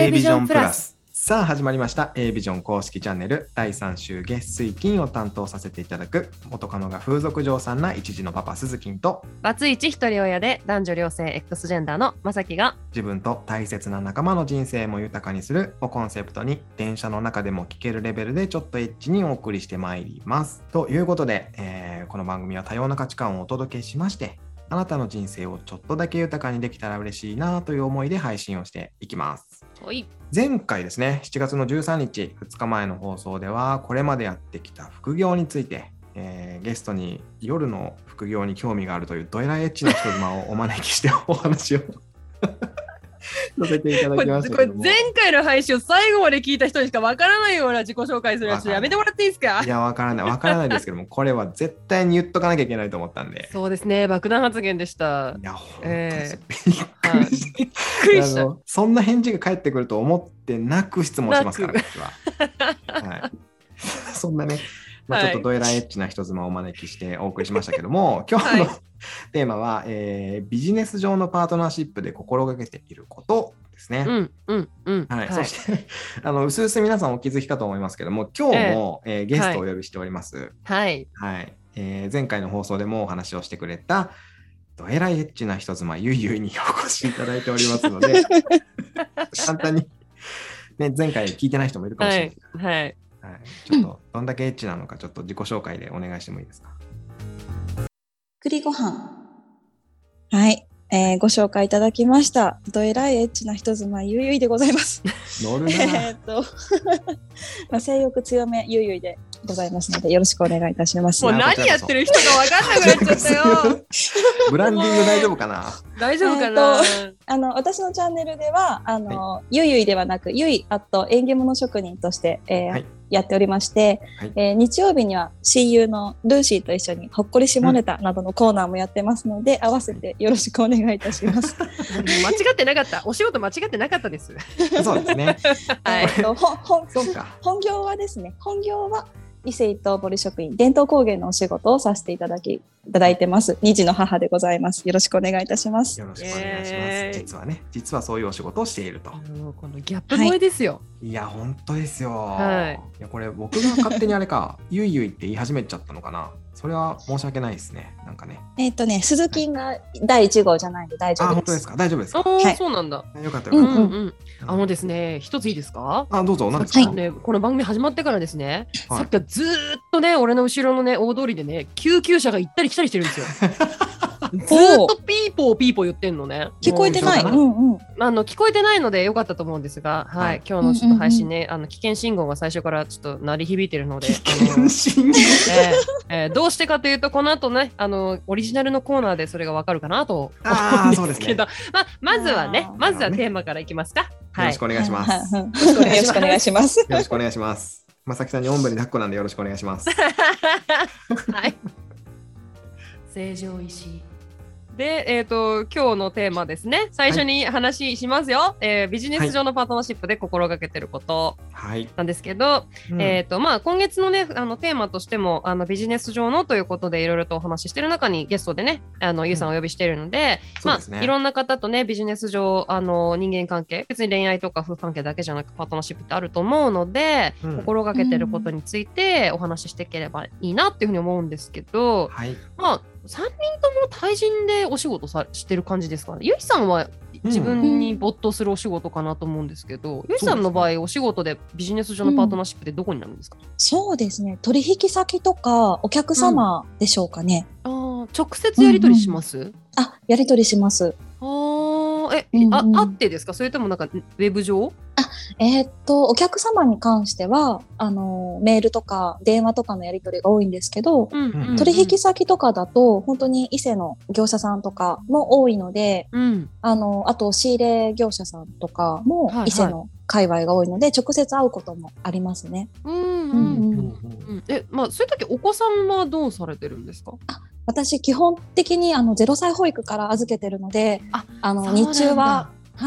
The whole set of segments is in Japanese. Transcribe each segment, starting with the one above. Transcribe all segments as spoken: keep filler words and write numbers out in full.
A ビジョンプラス。さあ始まりました A ビジョン公式チャンネルだいさん週月水金を担当させていただく元カノが風俗嬢さんな一児のパパ鈴金とバツイチ一人親で男女両性 X ジェンダーのまさきが自分と大切な仲間の人生も豊かにするをコンセプトに電車の中でも聞けるレベルでちょっとエッチにお送りしてまいりますということで、えー、この番組は多様な価値観をお届けしましてあなたの人生をちょっとだけ豊かにできたら嬉しいなという思いで配信をしていきます。前回ですねしちがつのじゅうさんにちふつかまえの放送ではこれまでやってきた副業について、えー、ゲストに夜の副業に興味があるというドエラエッチな人妻をお招きしてお話をさせていただきましたけども、 これ前回の配信を最後まで聞いた人にしかわからないような自己紹介するやつやめてもらっていいですか？ いやわからないわからないですけどもこれは絶対に言っとかなきゃいけないと思ったんで。 そうですね、爆弾発言でした。 いやほんと、 えー、びっくりした、びっくりしたそんな返事が返ってくると思ってなく質問しますから私は、はい、そんなね、まあ、ちょっとドエラエッチな人妻をお招きしてお送りしましたけども、はい、今日の、はい、テーマは、えー、ビジネス上のパートナーシップで心がけていることですね。 うんうんうんはいはい、 そしてあのうすうす皆さんお気づきかと思いますけども今日も、えーえー、ゲストをお呼びしております。 はい、 はいえー、前回の放送でもお話をしてくれたドエラエッチな人妻ゆいゆいにお越しいただいておりますので簡単に、ね、前回聞いてない人もいるかもしれない、 はいはいはい、ちょっとどんだけエッチなのかちょっと自己紹介でお願いしてもいいですか？ 栗ご飯はい、えー、ご紹介いただきましたドエラいエッチな人妻ゆいゆいでございます乗るなえっとまあ性欲強めゆいゆいでございますのでよろしくお願いいたします。 もう何やってる人が分かんなくなっちゃったよブランディング大丈夫かな大丈夫かな、 えー、あの私のチャンネルではあの、はい、ゆいゆいではなくゆいあと縁起物職人として、えーはいやっておりまして、はいえー、日曜日には親友のルーシーと一緒にほっこり下ネタなどのコーナーもやってますので、うん、合わせてよろしくお願いいたします間違ってなかったお仕事間違ってなかったですそうですね、 はい、ほほそうか本業はですね本業は伊勢一刀彫り職員伝統工芸のお仕事をさせていただきいただいてます二児の母でございます。よろしくお願いいたします。 よろしくお願いします、えー、実はね実はそういうお仕事をしているとこのギャップ萌えですよ、 はい、いや本当ですよ、 はい、 いやこれ僕が勝手にあれかゆいゆいって言い始めちゃったのかな。それは申し訳ないですね。なんかねえっ、ー、とね鈴金がだいいち号じゃないんで大丈夫です。 あ本当ですか大丈夫ですか。 はい、そうなんだ。 よかったよかった、 うんうんうん、あのですね一ついいですか。 あどうぞ何ですか、 はいね、この番組始まってからですね、はい、さっきからずーっとね俺の後ろのね大通りでね救急車が行ったり来たりしてるんですよずーっとピーポーピーポー言ってんのね。 聞こえてない、うんうん、 あの聞こえてないのでよかったと思うんですが、はいはい、今日のちょっと配信ね、うんうんうん、あの危険信号が最初からちょっと鳴り響いてるので、 危険信号、 えーえー、どうしてかというとこの後ねあのオリジナルのコーナーでそれがわかるかなと思うんですけど、ねまあ、まずはねまずはテーマからいきますか。 はい、よろしくお願いします。 よろしくお願いします。 よろしくお願いします。まさきさんにおんぶに抱っこなんでよろしくお願いします。 はい。成城石井で、えーと、今日のテーマですね最初に話しますよ、はいえー、ビジネス上のパートナーシップで心がけてることなんですけど、はいえーとまあ、今月の,、ね、あのテーマとしてもあのビジネス上のということでいろいろとお話ししてる中にゲストでねあのゆうさんをお呼びしているので、うんまあね、いろんな方とねビジネス上あの人間関係別に恋愛とか夫婦関係だけじゃなくパートナーシップってあると思うので、うん、心がけてることについてお話ししていければいいなっていうふうに思うんですけど、 はいまあさんにんとも対人でお仕事さしてる感じですかね。ゆいさんは自分に没頭するお仕事かなと思うんですけど、うん、ゆいさんの場合お仕事でビジネス上のパートナーシップってどこになるんですか？ うん、そうですね取引先とかお客様でしょうかね、 うん、あ直接やり取りします、うんうん、 あやり取りします。 あえ、うんうん、ああってですかそれともなんかウェブ上？ あえー、っとお客様に関してはあのメールとか電話とかのやり取りが多いんですけど、うんうんうん、取引先とかだと本当に伊勢の業者さんとかも多いので、うん、あのあと仕入れ業者さんとかも伊勢の界隈が多いので、はいはい、直接会うこともありますね。 うんうんうんうん、えまあそういう時お子さんはどうされてるんですか？ あ私基本的にあのゼロさい保育から預けてるのでああの日中は、はい、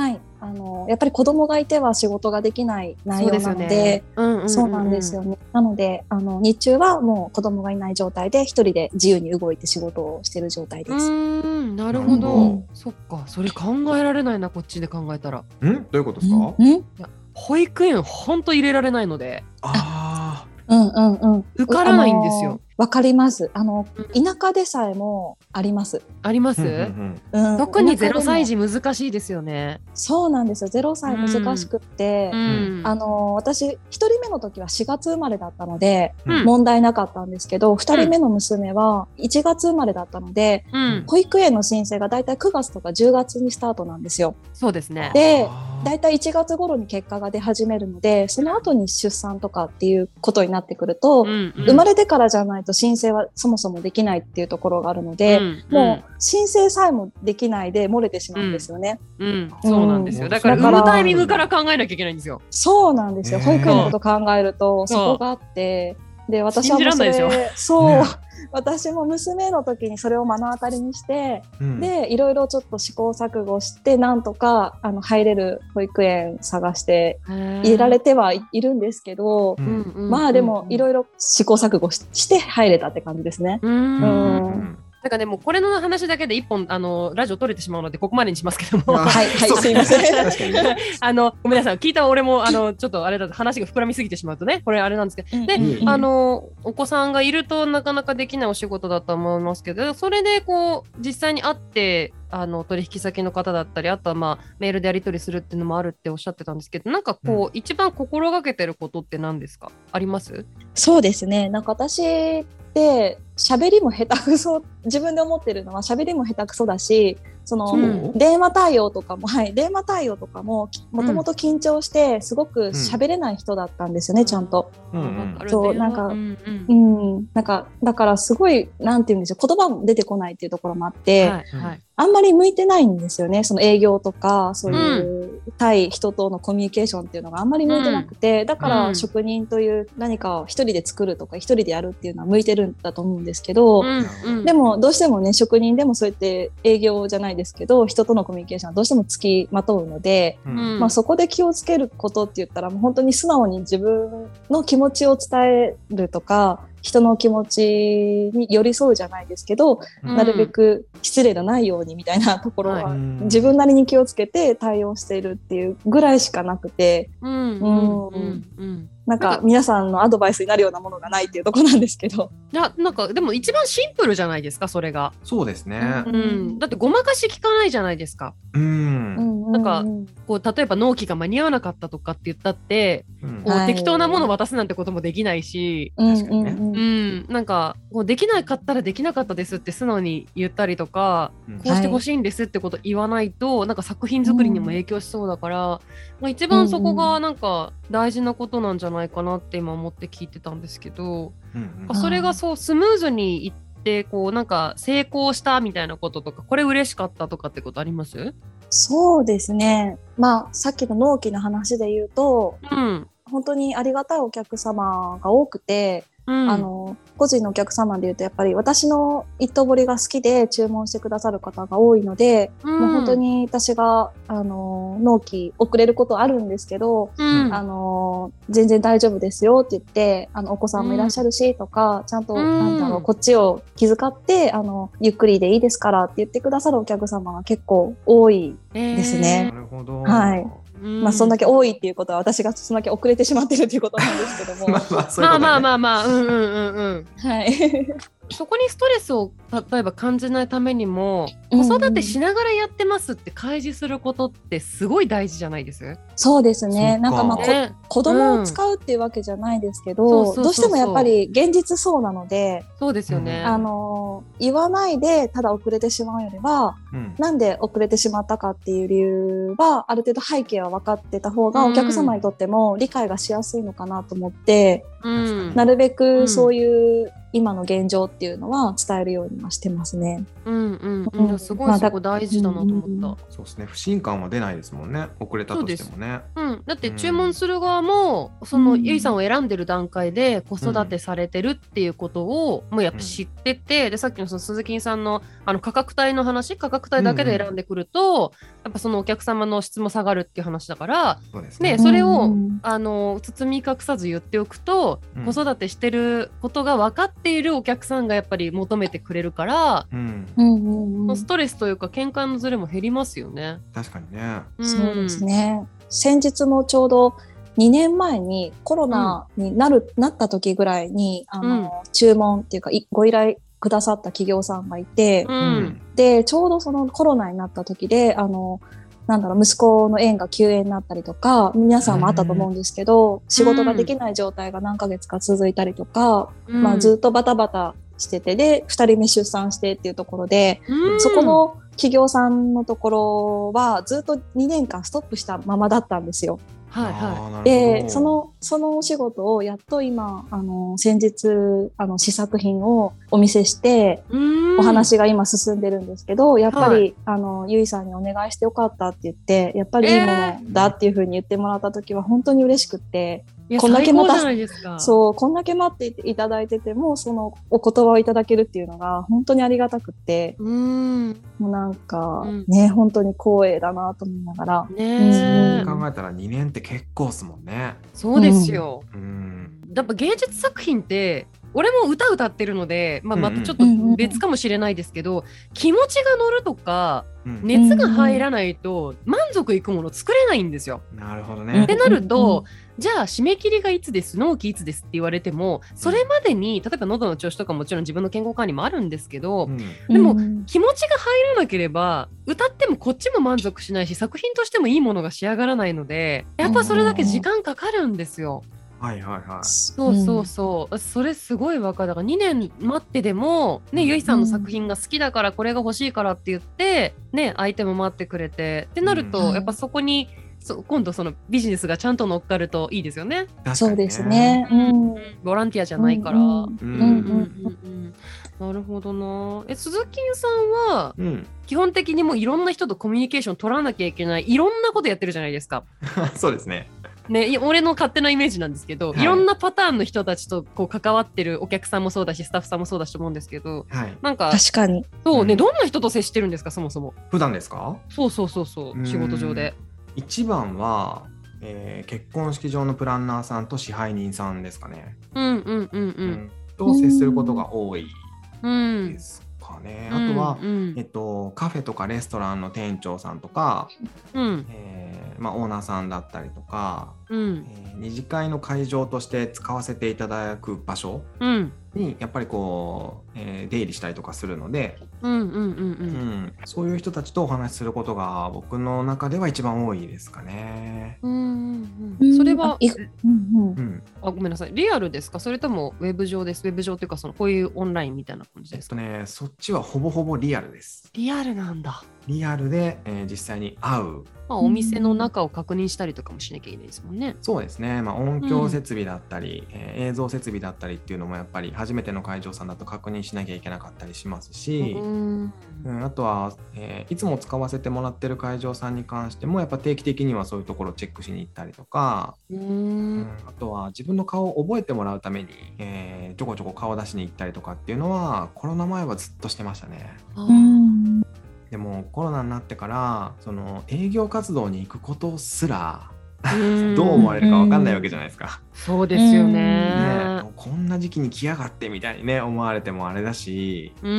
あのやっぱり子供がいては仕事ができない内容なので、そうなんですよね。なのであの日中はもう子供がいない状態で一人で自由に動いて仕事をしている状態です。 うーん、なるほど、うん、そっか、それ考えられないな、こっちで考えたら。 んどういうことですか？ んいや保育園ほんと入れられないので、 あうんうんうん、 受からないんですよ。 わかります。あの田舎でさえもあります。 あります、うんうんうん、特にゼロさい児難しいですよね。 そうなんですよ。ゼロさい難しくって、うん、あの私ひとりめの時はしがつ生まれだったので、うん、問題なかったんですけど、ふたりめの娘はいちがつ生まれだったので、うん、保育園の申請がだいたいくがつとかじゅうがつにスタートなんですよ。 そうですね。 でだいたいいちがつ頃に結果が出始めるので、その後に出産とかっていうことになってくると、うんうん、生まれてからじゃないと申請はそもそもできないっていうところがあるので、うんうん、もう申請さえもできないで漏れてしまうんですよね。 うんうん、そうなんですよ。だから産むタイミングから考えなきゃいけないんですよ。 そうなんですよ。保育園のこと考えるとそこがあって、で私はもうそれそう、ね、私も娘の時にそれを目の当たりにして、うん、でいろいろちょっと試行錯誤してなんとかあの入れる保育園探して入れられてはいるんですけど、うん、まあでもいろいろ試行錯誤 し, して入れたって感じですね。うんうんなんかね、もうこれの話だけで一本あのラジオ取れてしまうのでここまでにしますけども、 はいはいすいませんあのごめんなさい、聞いた俺もあのちょっとあれだと話が膨らみすぎてしまうとねこれあれなんですけど、うん、で、うん、あのお子さんがいるとなかなかできないお仕事だと思いますけど、それでこう実際に会ってあの取引先の方だったり、あとはまあメールでやり取りするっていうのもあるっておっしゃってたんですけど、なんかこう、うん、一番心がけてることって何ですか？あります？ そうですね、なんか私で喋りも下手くそ、自分で思ってるのは喋りも下手くそだし、その電話対応とかも、はい、電話対応とかももともと緊張してすごく喋れない人だったんですよね、うん、ちゃんと、うんうん、そうなんか、うんうんうん、なんかだからすごいなんて言うんでしょう、言葉も出てこないっていうところもあって、はいはい、あんまり向いてないんですよね、その営業とかそういう対人とのコミュニケーションっていうのがあんまり向いてなくて、うん、だから職人という何かを一人で作るとか一人でやるっていうのは向いてるんだと思うんですけど、うんうん、でもどうしてもね職人でもそうやって営業じゃないですけど人とのコミュニケーションはどうしてもつきまとうので、うんまあ、そこで気をつけることって言ったらもう本当に素直に自分の気持ちを伝えるとか、人の気持ちに寄り添うじゃないですけど、うん、なるべく失礼のないようにみたいなところは、はい、自分なりに気をつけて対応しているっていうぐらいしかなくて、うんうんうんうん、なんか皆さんのアドバイスになるようなものがないっていうところなんですけど、 いやなんかでも一番シンプルじゃないですか、それが。 そうですね、 うん、だってごまかし聞かないじゃないですか。うんなんかこう例えば納期が間に合わなかったとかって言ったって、うん、こう適当なものを渡すなんてこともできないし、 はい、確かにね、 うん、なんかこうできなかったらできなかったですって素直に言ったりとか、うん、こうしてほしいんですってこと言わないと、はい、なんか作品作りにも影響しそうだから、うんまあ、一番そこがなんか大事なことなんじゃないかなって今思って聞いてたんですけど、うんうん、それがそうスムーズにいってこうなんか成功したみたいなこととか、これ嬉しかったとかってことあります？ そうですね、まあさっきの納期の話で言うと、うん、本当にありがたいお客様が多くて、うん、あの個人のお客様でいうとやっぱり私の一刀彫りが好きで注文してくださる方が多いので、うん、もう本当に私があの納期遅れることあるんですけど、うん、あの全然大丈夫ですよって言ってあのお子さんもいらっしゃるしとか、うん、ちゃんと、なんだろうこっちを気遣ってあのゆっくりでいいですからって言ってくださるお客様が結構多いですね。 えー、なるほど。 はい。まあそんだけ多いっていうことは私がそんだけ遅れてしまってるっていうことなんですけどもまあまあまあまあまあうんうんうんうんはいそこにストレスを例えば感じないためにも子育てしながらやってますって開示することってすごい大事じゃないです？ そうですね。なんかまあ、ね、子供を使うっていうわけじゃないですけど、どうしてもやっぱり現実そうなので、 そうですよね。 あの言わないでただ遅れてしまうよりは、うん、なんで遅れてしまったかっていう理由はある程度背景は分かってた方がお客様にとっても理解がしやすいのかなと思って、うん、なるべくそういう今の現状っていうのは伝えるようにはしてますね。 うんうんうん、うん、すごいそこ大事だなと思った、まあうん、そうですね、不信感は出ないですもんね、遅れたとしてもね。 うん、だって注文する側も、うん、そのゆいさんを選んでる段階で子育てされてるっていうことをもうやっぱ知ってて、うん、でさっきのその鈴木さんのあの価格帯の話、価格帯だけで選んでくると、うんうん、やっぱそのお客様の質も下がるっていう話だから、 そうですね、 ね、それを、うん、あの包み隠さず言っておくと、うん、子育てしてることが分かっているお客さんがやっぱり求めてくれるから、うんうんうん、ストレスというか喧嘩のズレも減りますよね。 確かにね、 うん、そうですね。先日もちょうどにねんまえにコロナになる、うん、なった時ぐらいにあの、うん、注文っていうかご依頼くださった企業さんがいて、うん、でちょうどそのコロナになった時であのなんだろう、息子の園が休園になったりとか皆さんもあったと思うんですけど、うん、仕事ができない状態が何ヶ月か続いたりとか、うん、まあ、ずっとバタバタしてて、でふたりめ出産してっていうところで、うん、そこの企業さんのところはずっとにねんかんストップしたままだったんですよ。 はいはい、 でそのそのお仕事をやっと今あの先日あの試作品をお見せしてお話が今進んでるんですけど、やっぱり、はい、あのゆいさんにお願いしてよかったって言ってやっぱりいいものだっていう風に言ってもらった時は本当に嬉しくって、 えー、こんだけ待たそうこんだけ待っていただいててもそのお言葉をいただけるっていうのが本当にありがたくって、うーんもうなんか、うん、ね本当に光栄だなと思いながら、 ね、考えたらにねんって結構っすもんね。 そうですよ、 うん、 やっぱ芸術作品って俺も歌歌ってるので、まあ、またちょっと別かもしれないですけど、うんうん、気持ちが乗るとか、うん、熱が入らないと満足いくもの作れないんですよ。 なるほどね。 ってなると、うん、じゃあ締め切りがいつです、納期いつですって言われてもそれまでに例えば喉の調子とかもちろん自分の健康管理もあるんですけど、うん、でも気持ちが入らなければ歌ってもこっちも満足しないし作品としてもいいものが仕上がらないのでやっぱそれだけ時間かかるんですよ。 はいはいはい、 そうそうそう、うん、それすごいわかる。だからにねん待ってでも、ね、ゆいさんの作品が好きだからこれが欲しいからって言って、ね、相手も待ってくれてってなると、うん、やっぱそこにそ今度そのビジネスがちゃんと乗っかるといいですよね。 そうですね、うん、 ボランティアじゃないから。なるほどな。え鈴木さんは、うん、基本的にもういろんな人とコミュニケーション取らなきゃいけないいろんなことやってるじゃないですか。 そうですね。 ね、俺の勝手なイメージなんですけど、はい、いろんなパターンの人たちとこう関わってるお客さんもそうだしスタッフさんもそうだしと思うんですけど、はい、なんか確かにそうね、うん、どんな人と接してるんですかそもそも。 普段ですか？ そうそうそうそう仕事上で。 一番は、えー、結婚式場のプランナーさんと支配人さんですかね。 うんうんうんうん、うん、 と接することが多いですかね。うん、あとは、うん、えっと、カフェとかレストランの店長さんとか、うんえーまあ、オーナーさんだったりとか、うんえー、二次会の会場として使わせていただく場所にやっぱりこう、えー、出入りしたりとかするので、うんうんうんうんうん、そういう人たちとお話しすることが僕の中では一番多いですかね。 うんうんうん、それは、うんうん、あごめんなさいリアルですかそれともウェブ上です。ウェブ上っていうかそのこういうオンラインみたいな感じですか？ えっとね、そっちはほぼほぼリアルです。 リアルなんだ。 リアルで、えー、実際に会う、 まあ、お店の中を確認したりとかもしなきゃいけないですもんね。 そうですね、まあ、音響設備だったり、うんえー、映像設備だったりっていうのもやっぱり初めての会場さんだと確認しなきゃいけなかったりしますし、うんうん、あとは、えー、いつも使わせてもらってる会場さんに関してもやっぱ定期的にはそういうところをチェックしに行ったりとか、うんうん、あとは自分の顔を覚えてもらうために、えー、ちょこちょこ顔出しに行ったりとかっていうのはコロナ前はずっとしてましたね。うんでもコロナになってからその営業活動に行くことすらどう思われるか分かんないわけじゃないですか。 そうですよ ね, ねこんな時期に来やがってみたいにね思われてもあれだし、だから、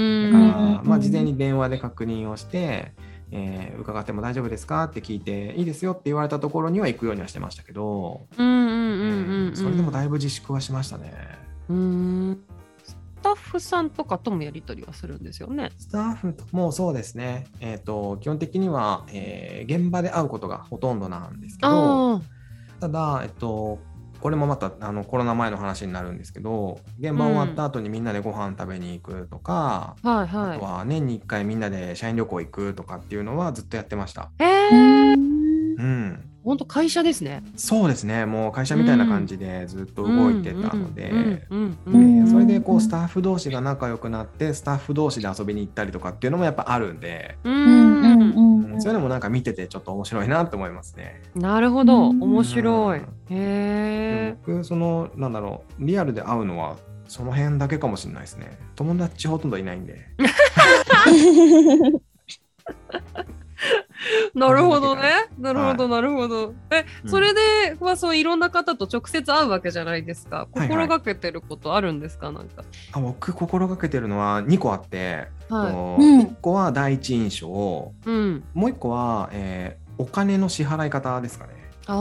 まあ、事前に電話で確認をして、えー、伺っても大丈夫ですかって聞いていいですよって言われたところには行くようにはしてましたけど、それでもだいぶ自粛はしましたね。うーんスタッフさんとかともやり取りはするんですよね。 スタッフもそうですね、えーと、基本的には、えー、現場で会うことがほとんどなんですけど、ただ、えっと、これもまたあのコロナ前の話になるんですけど現場終わった後にみんなでご飯食べに行くとか、うんはいはい、あとは年にいっかいみんなで社員旅行行くとかっていうのはずっとやってました。へーうん本当会社ですね。 そうですね、もう会社みたいな感じでずっと動いてたので、それでこうスタッフ同士が仲良くなってスタッフ同士で遊びに行ったりとかっていうのもやっぱあるんで、うん、そういうのもなんか見ててちょっと面白いなと思いますね。 なるほど、面白い。へえ。 僕そのなんだろう、リアルで会うのはその辺だけかもしれないですね。友達ほとんどいないんで。 なるほどね。なるほど、なるほど。え、うん、それではそういろんな方と直接会うわけじゃないですか。心がけてることあるんですか、はいはい、なんか。 あ、僕心がけてるのはにこあって、 はい、 いっこは第一印象、うん、もういっこは、えー、お金の支払い方ですかね。 ああ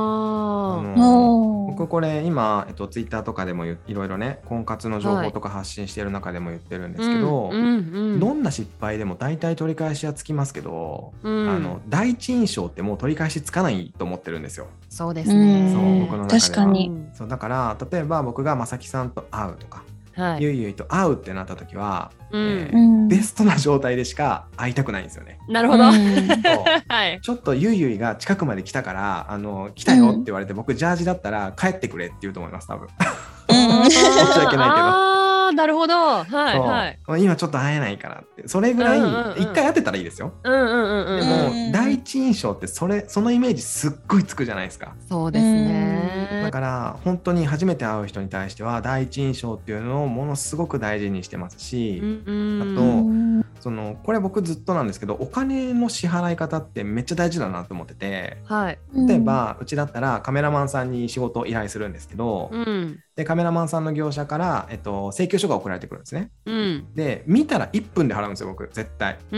の僕これ今、えっと、ツイッターとかでもいろいろね婚活の情報とか発信してる中でも言ってるんですけど、はい、うんうんうん、どんな失敗でも大体取り返しはつきますけど、うん、あの第一印象ってもう取り返しつかないと思ってるんですよ。 そうですね。 そう僕の中では確かに。 そうだから例えば僕がまさきさんと会うとか、はい、ゆいゆいと会うってなった時は、うんえー、ベストな状態でしか会いたくないんですよね。 なるほど、うんはい、ちょっとゆいゆいが近くまで来たからあの来たよって言われて、うん、僕ジャージだったら帰ってくれって言うと思います多分。申し訳ないけど。 あなるほど、はいはい、 今ちょっと会えないからってそれぐらい一回会ってたらいいですよ。でも第一印象ってそれそのイメージすっごいつくじゃないですか。 そうですね。 だから本当に初めて会う人に対しては第一印象っていうのをものすごく大事にしてますし、あとそのこれ僕ずっとなんですけどお金の支払い方ってめっちゃ大事だなと思ってて、 はい、 例えばうちだったらカメラマンさんに仕事を依頼するんですけど、うん、でカメラマンさんの業者から、えっと、請求書が送られてくるんですね、うん、で見たらいっぷんで払うんですよ僕絶対、うん、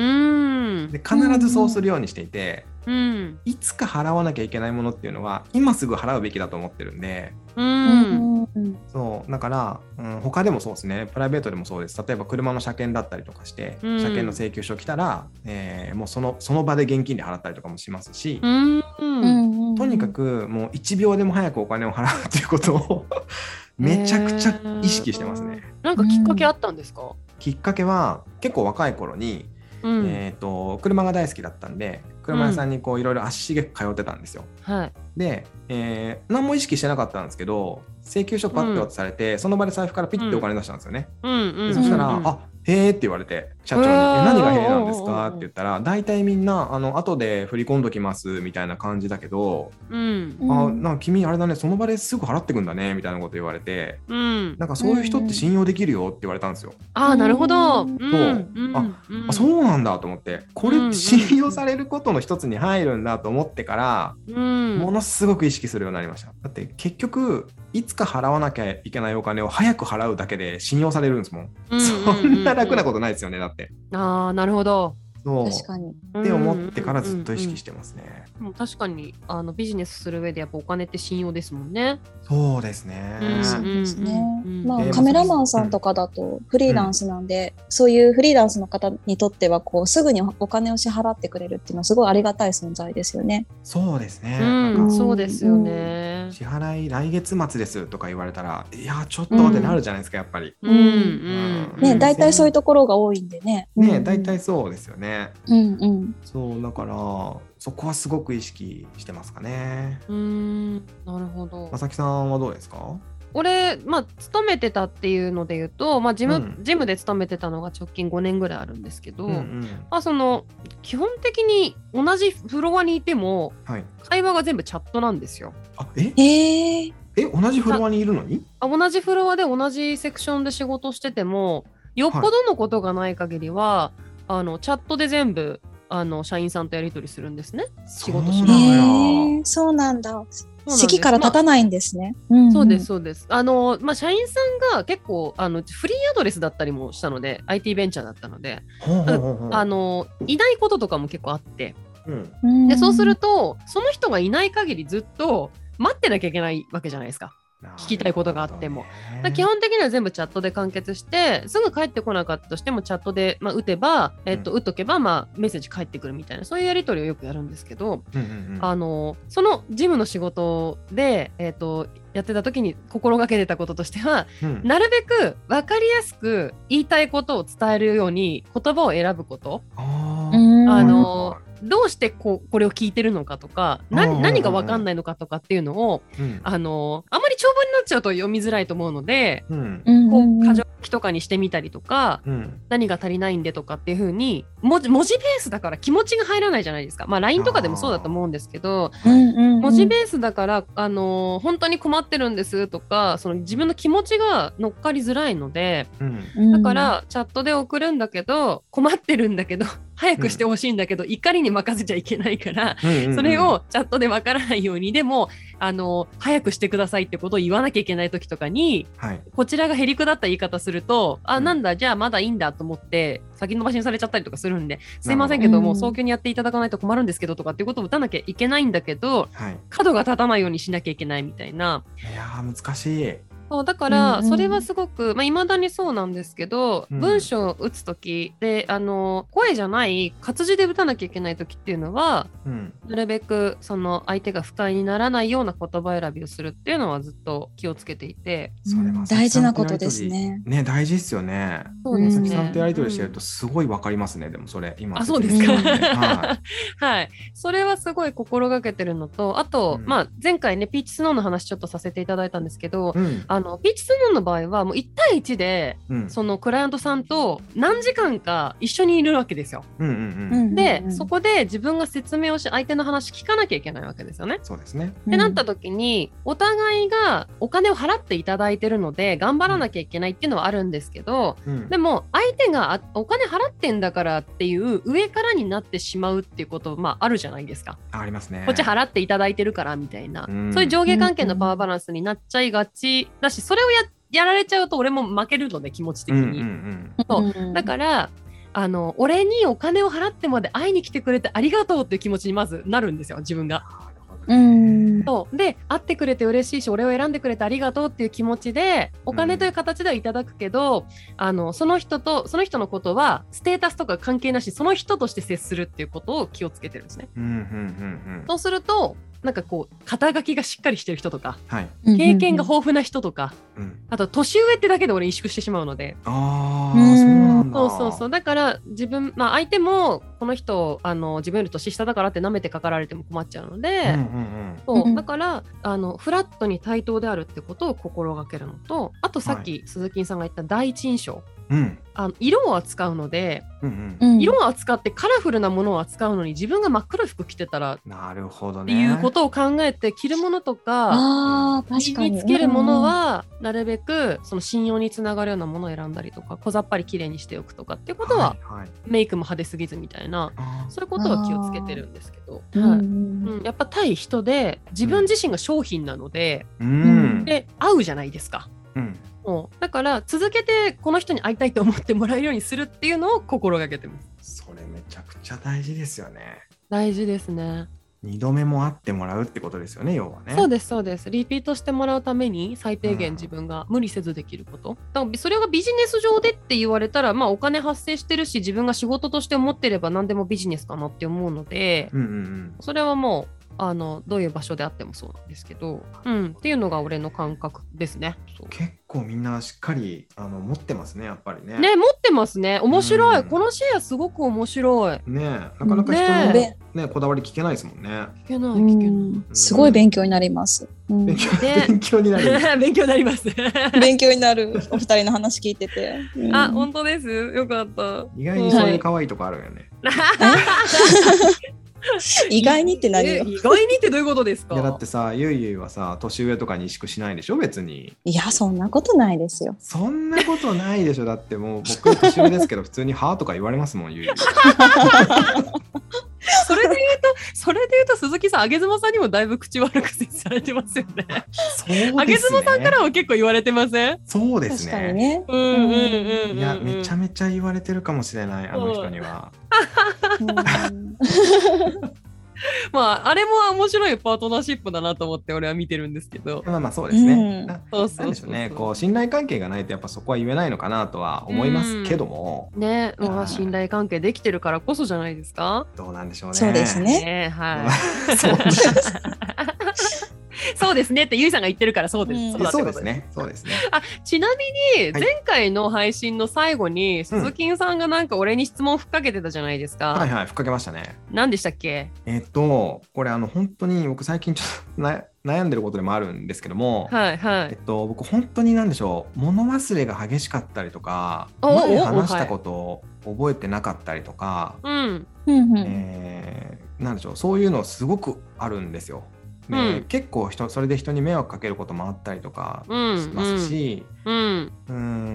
で必ずそうするようにしていて、うん、いつか払わなきゃいけないものっていうのは今すぐ払うべきだと思ってるんで、うん、そうだから、うん、他でもそうですねプライベートでもそうです。例えば車の車検だったりとかして、うん、車検の請求書来たら、えー、もうその、その場で現金で払ったりとかもしますし、うんうん、とにかくもういちびょうでも早くお金を払うっていうことをめちゃくちゃ意識してますね。 なんかきっかけあったんですか？ きっかけは結構若い頃に、うんえー、と車が大好きだったんで車屋さんにこういろいろ足しげく通ってたんですよ、 うんはい、 で、えー、何も意識してなかったんですけど請求書パッて渡されて、うん、その場で財布からピッてお金出したんですよね、うん、でそしたら、うん、あへーって言われて社長に、え何がへーなんですかって言ったら大体みんなあの後で振り込んどきますみたいな感じだけど、うん、あなんか君あれだねその場ですぐ払ってくんだねみたいなこと言われて、うん、なんかそういう人って信用できるよって言われたんですよ。 あなるほど。 そう、うん、あ、うん、あそうなんだと思ってこれって信用されることの一つに入るんだと思ってから、うん、ものすごく意識するようになりました。だって結局いつか払わなきゃいけないお金を早く払うだけで信用されるんですもん、うん、そんな楽なことないですよねだって。 ああなるほど。 そう確かにって思ってからずっと意識してますね。 うんうんうん、確かにあのビジネスする上でやっぱお金って信用ですもんね。 そうですね。 そうですね。まあカメラマンさんとかだとフリーランスなんで、うん、そういうフリーランスの方にとってはこうすぐにお金を支払ってくれるっていうのはすごいありがたい存在ですよね。 そうですね。 うん、なんかそうですよね、 うん。支払い来月末ですとか言われたらいやちょっとってなるじゃないですかやっぱり。 うんうんうん、ね大体そういうところが多いんでね。 ね大体そうですよね。 うんうん、 そうだからそこはすごく意識してますかね。 うーんなるほど。 まさきさんはどうですか？ 俺まあ勤めてたっていうので言うと、まあ、ジム、うん、ジムで勤めてたのが直近ごねんぐらいあるんですけど、うんうんまあ、その基本的に同じフロアにいても、はい、会話が全部チャットなんですよ。 あええー、 え同じフロアにいるのに？ あ同じフロアで同じセクションで仕事しててもよっぽどのことがない限りは、はい、あのチャットで全部あの社員さんとやり取りするんですね。仕事しながら。 えー、そうなんだ。席から立たないんですね。 まあうんうん、そうですそうです。あのまあ社員さんが結構あのフリーアドレスだったりもしたので アイティー ベンチャーだったので、あのいないこととかも結構あって、うん、でそうするとその人がいない限りずっと待ってなきゃいけないわけじゃないですか。聞きたいことがあっても、基本的には全部チャットで完結してすぐ帰ってこなかったとしてもチャットで、まあ、打てば、えっと、打っとけば、まあ、メッセージ返ってくるみたいなそういうやり取りをよくやるんですけど、うんうんうん、あのその事務の仕事で、えっと、やってた時に心がけてたこととしては、うん、なるべく分かりやすく言いたいことを伝えるように言葉を選ぶこと。ああのどうしてこうこれを聞いてるのかとか、な何が分かんないのかとかっていうのを、うん、あのあんまり長文になっちゃうと読みづらいと思うので、うん、こう箇条書きとかにしてみたりとか、うん、何が足りないんでとかっていう風に文字、文字ベースだから気持ちが入らないじゃないですか。まあ ライン とかでもそうだと思うんですけど、文字ベースだからあの本当に困ってるんですとか、その自分の気持ちが乗っかりづらいので、うん、だからチャットで送るんだけど困ってるんだけど早くしてほしいんだけど、うん、怒りに任せちゃいけないから、うんうんうん、それをチャットでわからないように、でもあの早くしてくださいってことを言わなきゃいけない時とかに、はい、こちらがへりくだった言い方すると、あ、なんだじゃあまだいいんだと思って先延ばしにされちゃったりとかするんで、すいませんけどもう早急にやっていただかないと困るんですけどとかっていうことを打たなきゃいけないんだけど、はい、角が立たないようにしなきゃいけないみたいな。 いやー難しい。 そうだからそれはすごく、まあ、未だにそうなんですけど、うん、文章を打つときであの声じゃない活字で打たなきゃいけないときっていうのは、うん、なるべくその相手が不快にならないような言葉選びをするっていうのはずっと気をつけていて、 それは大事なことですね。 ね、大事ですよね。 そうですね。 さきさんとやり取りしてるとすごいわかりますね、うん、でもそれ今。 あ、そうですか。はい、はい。それはすごい心がけてるのと、あと、うん、まあ前回ねピーチスノーの話ちょっとさせていただいたんですけど、うん、あのピーチスノーの場合はもういち対いちで、うん、そのクライアントさんと何時間か一緒にいるわけですよ。うんうんうん、で、そこで自分が説明をし相手の話聞かなきゃいけないわけですよね。 そうですね。 ってなった時にお互いがお金を払っていただいてるので頑張らなきゃいけないっていうのはあるんですけど、うん、でも相手がお金払ってんだからっていう上からになってしまうっていうこと、まあ、あるじゃないですか。 ありますね。 こっち払っていただいてるからみたいな、うん、そういう上下関係のパワーバランスになっちゃいがちだし、それをややられちゃうと俺も負けるので気持ち的に、うんうんうん、そうだからあの俺にお金を払ってまで会いに来てくれてありがとうっていう気持ちにまずなるんですよ、自分が。うんそうで会ってくれて嬉しいし俺を選んでくれてありがとうっていう気持ちでお金という形ではいただくけど、うん、あのその人とその人のことはステータスとか関係なしその人として接するっていうことを気をつけてるんですね、うんうんうんうん、そうするとなんかこう肩書きがしっかりしてる人とか、はい、経験が豊富な人とか、うん、あと年上ってだけで俺萎縮してしまうので、 あーそうなんだ。 そうそうそう、だから自分、まあ、相手もこの人あの自分より年下だからって舐めてかかられても困っちゃうので、うんうんうん、そうだからあのフラットに対等であるってことを心がけるのと、あとさっき、はい、鈴木さんが言った第一印象、うん、あの色を扱うので、うんうん、色を扱ってカラフルなものを扱うのに自分が真っ黒い服着てたらなるほどねっていうことを考えて、着るものとか身につけるものはなるべくその信用につながるようなものを選んだりとか小ざっぱり綺麗にしておくとかっていうことは、はいはい、メイクも派手すぎずみたいなそういうことは気をつけてるんですけど、はい、うん、やっぱ対人で自分自身が商品なので、うん、で合うじゃないですか、うん、もうだから続けてこの人に会いたいと思ってもらえるようにするっていうのを心がけてます。 それめちゃくちゃ大事ですよね。 大事ですね。 二度目も会ってもらうってことですよね、要はね。 そうですそうです。リピートしてもらうために最低限自分が無理せずできること、うん、だからそれがビジネス上でって言われたら、まあお金発生してるし自分が仕事として思ってれば何でもビジネスかなって思うので、うんうんうん、それはもうあのどういう場所であってもそうなんですけど、うん、っていうのが俺の感覚ですね。そう結構みんなしっかりあの持ってますね、やっぱりね。 ね、持ってますね。面白い、うん、このシェアすごく面白いね。なかなか人の、ねね、こだわり聞けないですもんね。 聞けない聞けない、うん、 すごい勉強になります、うん、 勉強、ね、勉強になる勉強になります勉強になるお二人の話聞いてて、 うん、あ、本当です。よかった。 意外にそういう可愛いとこあるよね、 はい意外にって何よ。 意外にってどういうことですか。 いやだってさ、ゆいゆいはさ年上とかに萎縮しないでしょ別に。 いやそんなことないですよ。 そんなことないでしょ。だってもう僕年上ですけど普通にはとか言われますもんゆいゆいそれで言うとそれで言うと鈴木さん、あげずまさんにもだいぶ口悪く接されてますよね。そうですね。あげずまさんからも結構言われてません？ そうですね。 確かにね。 うんうんうんうん。 いやめちゃめちゃ言われてるかもしれない、あの人には。 まああれも面白いパートナーシップだなと思って俺は見てるんですけど。 まあまあそうですね。 そうそうそうそう。 なんでしょうね。こう信頼関係がないとやっぱそこは言えないのかなとは思いますけども。 ね、まあ信頼関係できてるからこそじゃないですか。 どうなんでしょうね。 そうですね。 ね、はい。 そうです。 そうですねってゆいさんが言ってるからそうです、 うん、 そうだってことそうですねそうですね。 あ、ちなみに前回の配信の最後に、はい、鈴木さんがなんか俺に質問ふっかけてたじゃないですか、 うん、はいはいふっかけましたね。 何でしたっけ？ えっとこれあの本当に僕最近ちょっとな悩んでることでもあるんですけども、 はいはい、 えっと、僕本当に何でしょう物忘れが激しかったりとか前話したことを覚えてなかったりとか、 うんえー、なんでしょうそういうのすごくあるんですよ。で、うん、結構人それで人に迷惑かけることもあったりとかしますし、うんうんうん、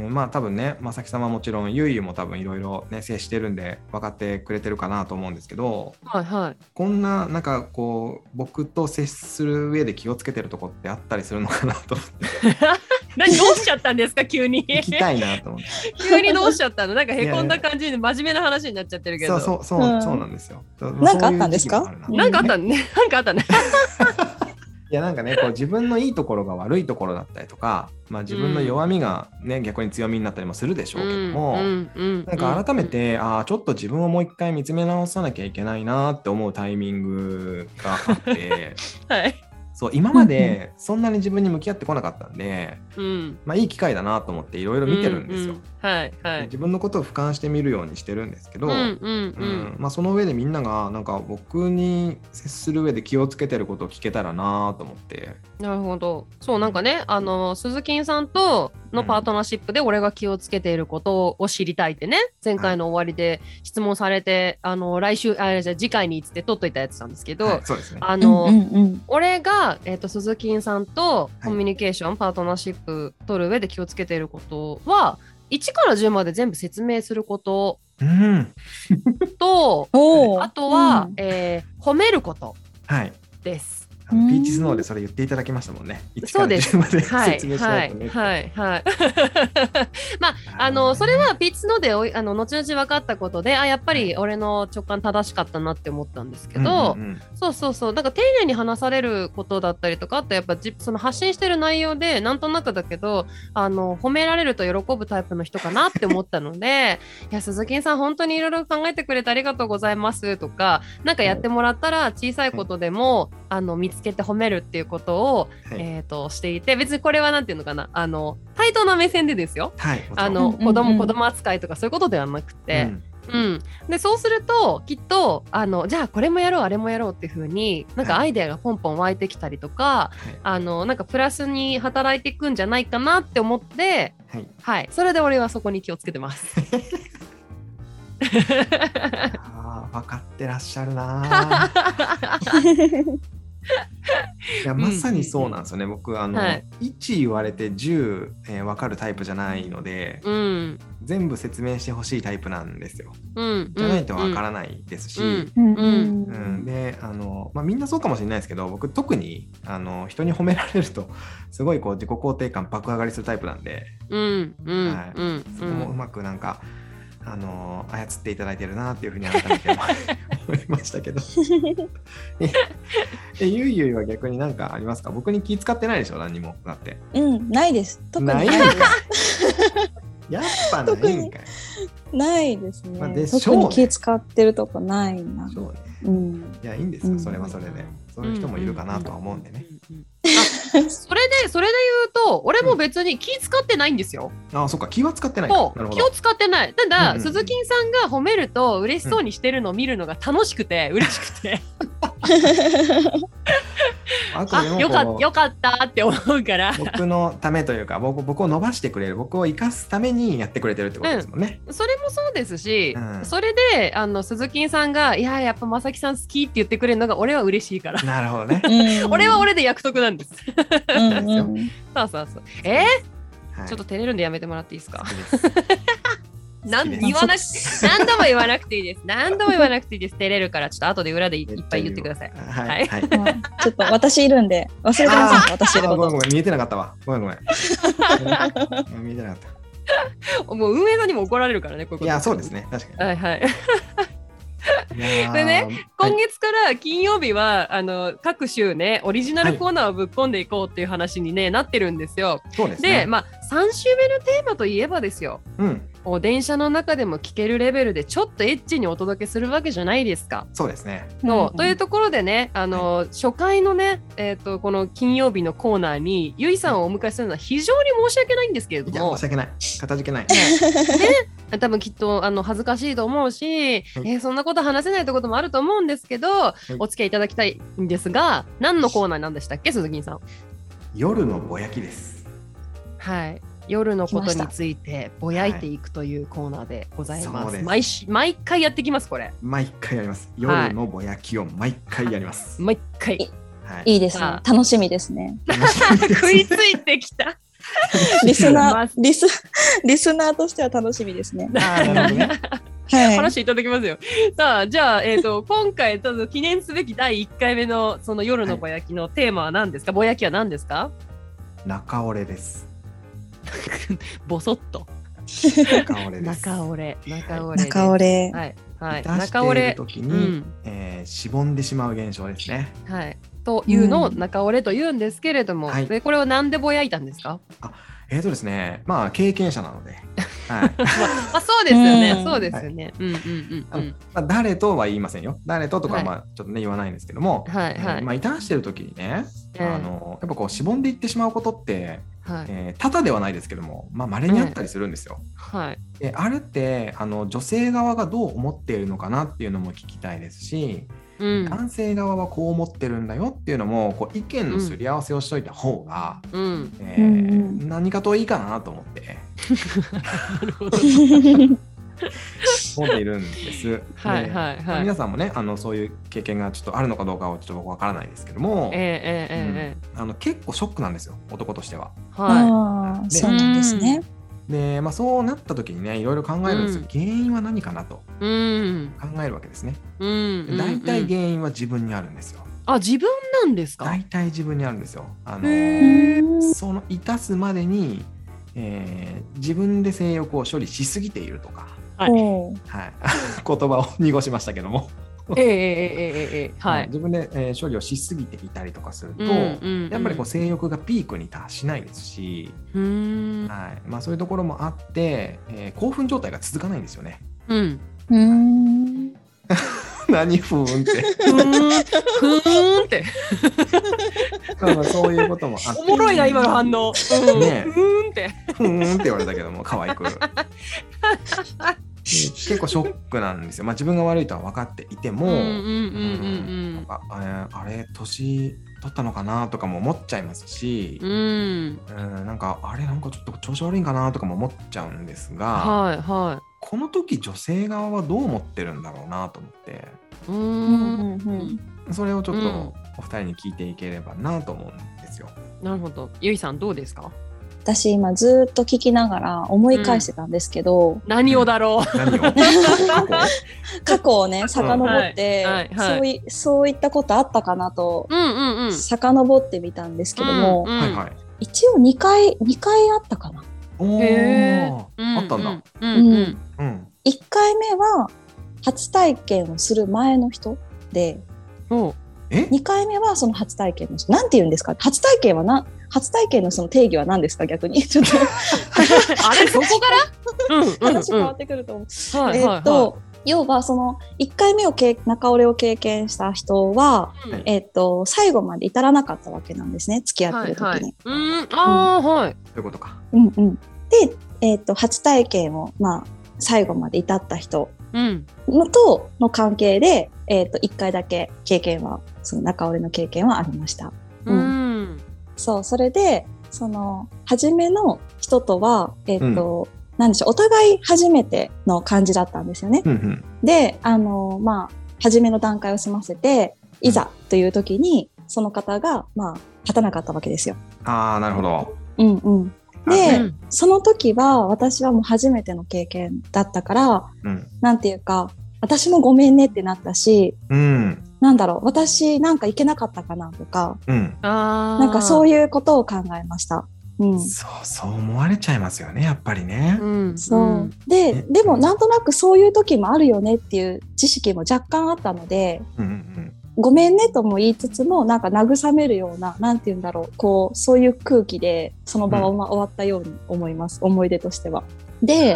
まあ多分ねまさきさんはもちろんゆいゆも多分いろいろね接してるんで分かってくれてるかなと思うんですけど、 はいはい、 こんななんかこう僕と接する上で気をつけてるとこってあったりするのかなと思って何どうしちゃったんですか急に聞きたいなと思って急にどうしちゃったのなんかへこんだ感じで真面目な話になっちゃってるけど。 そうそうそう、うん、そうなんですよ。 なんかあったんですか？ なんかあったねなんかあったねいやなんかねこう自分のいいところが悪いところだったりとか、まあ、自分の弱みが、ねうん、逆に強みになったりもするでしょうけども、うんうん、なんか改めて、うん、あちょっと自分をもう一回見つめ直さなきゃいけないなって思うタイミングがあって、 はいそう今までそんなに自分に向き合ってこなかったんで、 うんまあ、いい機会だなと思っていろいろ見てるんですよ、 うんうんはいはい、 自分のことを俯瞰してみるようにしてるんですけど、うんうんうんまあ、その上でみんながなんか僕に接する上で気をつけてることを聞けたらなと思って。 なるほど。そうなんかねあの鈴木さんとのパートナーシップで俺が気をつけていることを知りたいってね前回の終わりで質問されて、はい、あの来週あじゃあ次回につって取っといたやつなんですけど、はいそうですね、 あの、 うんうんうん、 俺が、えーと、鈴木さんとコミュニケーション、はい、パートナーシップ取る上で気をつけていることはいちからじゅうまで全部説明することと、 うん、 あとは、うんえー、褒めることです。 はいピーチスノーでそれ言っていただきましたもんね。いちからじゅうまで説明しないとね。 はいはいはい。まああのそれはピーチスノーでおあの後々分かったことであやっぱり俺の直感正しかったなって思ったんですけど、うんうんうん、そうそうそうだから丁寧に話されることだったりとかあとやっぱその発信してる内容でなんとなくだけどあの褒められると喜ぶタイプの人かなって思ったのでいや鈴木さん本当にいろいろ考えてくれてありがとうございますとかなんかやってもらったら小さいことでも、はいあの見つけて褒めるっていうことを、はいえー、としていて別にこれはなんていうのかなあの対等な目線でですよ、 はい、 あの子供、うんうん、子供扱いとかそういうことではなくて、うんうん、でそうするときっとあのじゃあこれもやろうあれもやろうっていう風になんかアイデアがポンポン湧いてきたりとか、はい、あのなんかプラスに働いていくんじゃないかなって思って、はいはい、それで俺はそこに気をつけてますあ分かってらっしゃるないやまさにそうなんですよね、うん、僕あの、はい、いち言われてじゅう、えー、分かるタイプじゃないので、うん、全部説明してほしいタイプなんですよ、うん、じゃないと分からないですし、うんうん、であの、まあ、みんなそうかもしれないですけど僕特にあの人に褒められるとすごいこう自己肯定感爆上がりするタイプなんで、うんうんはいうん、そこもうまくなんかあの操っていただいてるなっていうふうに改めて思いましたけどえゆいゆいは逆に何かありますか？僕に気使ってないでしょ何にもだって。 うんないです特にないんかやっぱないんかいないですね、 まあ、で特に気使ってるとこないなそうね、うん、いやいいんですよ、うん、それはそれでそういう人もいるかなとは思うんでね、 あそれでそれで言うと俺も別に気使ってないんですよ、 うん、あそっか気は使ってないそうなるほど気を使ってないただ、うんうん、鈴木さんが褒めると嬉しそうにしてるのを見るのが楽しくて、うん、嬉しくてあよかよかったって思うから僕のためというか 僕, 僕を伸ばしてくれる僕を生かすためにやってくれてるってことですもんね、 うん、それもそうですし、うん、それであの鈴木さんがいややっぱまさきさん好きって言ってくれるのが俺は嬉しいからなるほどね俺は俺で約束なんですうん、うん、そうそうそうえーはい、ちょっと照れるんでやめてもらっていいですかなん言わなく何度も言わなくていいです何度も言わなくていいです照れるからちょっとあとで裏でいっぱい言ってくださいはい、はいはい、 ちょっと私いるんで忘れてます私いることごめんごめん見えてなかったわごめんごめん見えてなかったもう運営さんにも怒られるからねこういうこといやそうですね確かにはいはいでね、今月から金曜日はあの各週ねオリジナルコーナーをぶっ込んでいこうっていう話に、ね、なってるんですよ。 そうですね、 で、まあ、さん週目のテーマといえばですよ、 うん、 う電車の中でも聞けるレベルでちょっとエッチにお届けするわけじゃないですか。 そうですね。 そうというところでね、あの、はい、初回のね、えー、とこの金曜日のコーナーにゆいさんをお迎えするのは非常に申し訳ないんですけれども、 いや申し訳ない、かたじけない、 ね、多分きっとあの恥ずかしいと思うし、はい、えー、そんなこと話せないってこともあると思うんですけど、はい、お付き合いいただきたいんですが、何のコーナーなんでしたっけ、鈴木さん。 夜のぼやきです。 はい、夜のことについてぼやいていくというコーナーでございます。はい、毎, 毎回やってきます。これ毎回やります。夜のぼやきを毎回やります。 はい、毎回、 はい、いいですね。楽しみですね。 食いついてきたリスナーリスリスナーとしては楽しみですね。 あ、なるほどね。 はい、話していただきますよ。さあ、じゃあ、えーと、今回ちょっと記念すべきだいいっかいめのその夜のぼやきのテーマは何ですか、はい、ぼやきは何ですか。 中折れです。 ボソッと中折れです。 中折れ中折れ中折れ、 はいはい、中折れ時に、うん、えー、しぼんでしまう現象ですね。 はい、というのを中折れと言うんですけれども、うん、でこれをなんでぼやいたんですか。 あ、えーとですね、まあ経験者なので、はいまあ、 まあそうですよね、うん、そうですよね。 誰とは言いませんよ。誰ととかはまあちょっとね言わないんですけども、 はいはい、 えー、まあいたしてる時にね、あのやっぱこうしぼんでいってしまうことって、はい、えー、多々ではないですけども、まあ稀にあったりするんですよ。 はい、 であれってあの女性側がどう思っているのかなっていうのも聞きたいですし、うん、男性側はこう思ってるんだよっていうのもこう意見のすり合わせをしといた方が、うん、えーうん、何かといいかなと思ってなるほど思っているんです。 はいはいはい、 皆さんもねあのそういう経験がちょっとあるのかどうかはちょっと僕わからないですけども、 えーえーうん、あの結構ショックなんですよ、男としては。 はい、そうなんですね。 でまあ、そうなった時にねいろいろ考えるんですよ、うん、原因は何かなと、うん、考えるわけですね。大体、うん、原因は自分にあるんですよ。 あ、自分なんですか。 大体自分にあるんですよ。あのそのいたすまでに、えー、自分で性欲を処理しすぎているとか、はいはい、言葉を濁しましたけどもえーえーえーはい、 自分で、えー、処理をしすぎていたりとかすると、うんうんうん、やっぱりこう性欲がピークに達しないですし、うーん、はい、まあ、そういうところもあって、えー、興奮状態が続かないんですよね。 うん、 うーん何ふーんってふーんふーんってまあそういうこともあって、 おもろいな今の反応、うん、ね、ふーんってふーんって言われたけども可愛く結構ショックなんですよ。まあ、自分が悪いとは分かっていても、あれ年取ったのかなとかも思っちゃいますし、うん、うんなんかあれなんかちょっと調子悪いんかなとかも思っちゃうんですが、 はいはい、 この時女性側はどう思ってるんだろうなと思って、 うん、 それをちょっとお二人に聞いていければなと思うんですよ。 なるほど。ゆいさんどうですか。 私今ずっと聞きながら思い返してたんですけど、うん、 何をだろう、 何を過去をね遡って、うんはいはいはい、そうい、そういったことあったかなと、うんうんうん、遡ってみたんですけども、うんうん、一応にかいにかいあったかな。 おへー、あったんだ。 うんうんうん、いっかいめは初体験をする前の人で、 えにかいめはその初体験の人、なんて言うんですか、初体験はな初体験のその定義は何ですか、逆にちょっとあれそこから話変わってくると思う。えー、っと要はそのいっかいめを中折れを経験した人は、うん、えー、っと最後まで至らなかったわけなんですね、付き合ってる時に。はいはい、 うんあー、はい、 そういうことか。 うんうん、で、えー、っと初体験を、まあ、最後まで至った人のとの関係で、えー、っといっかいだけ経験はその中折れの経験はありました。うん、うんそう、それで、その、初めの人とは、えっと、うん、なんでしょう、お互い初めての感じだったんですよね。うんうん、で、あの、まあ、初めの段階を済ませて、いざという時に、その方が、まあ、立たなかったわけですよ。 ああ、なるほど。 うんうん。で、うん、その時は、私はもう初めての経験だったから、うん、なんていうか、私もごめんねってなったし、うん、なんだろう、私なんかいけなかったかなとか、うん、なんかそういうことを考えました。うん、 そうそう思われちゃいますよね、やっぱりね。 うん、そうで、でもなんとなくそういう時もあるよねっていう知識も若干あったので、うんうん、ごめんねとも言いつつもなんか慰めるような、なんて言うんだろう、こうそういう空気でその場は終わったように思います、うん、思い出としては。で、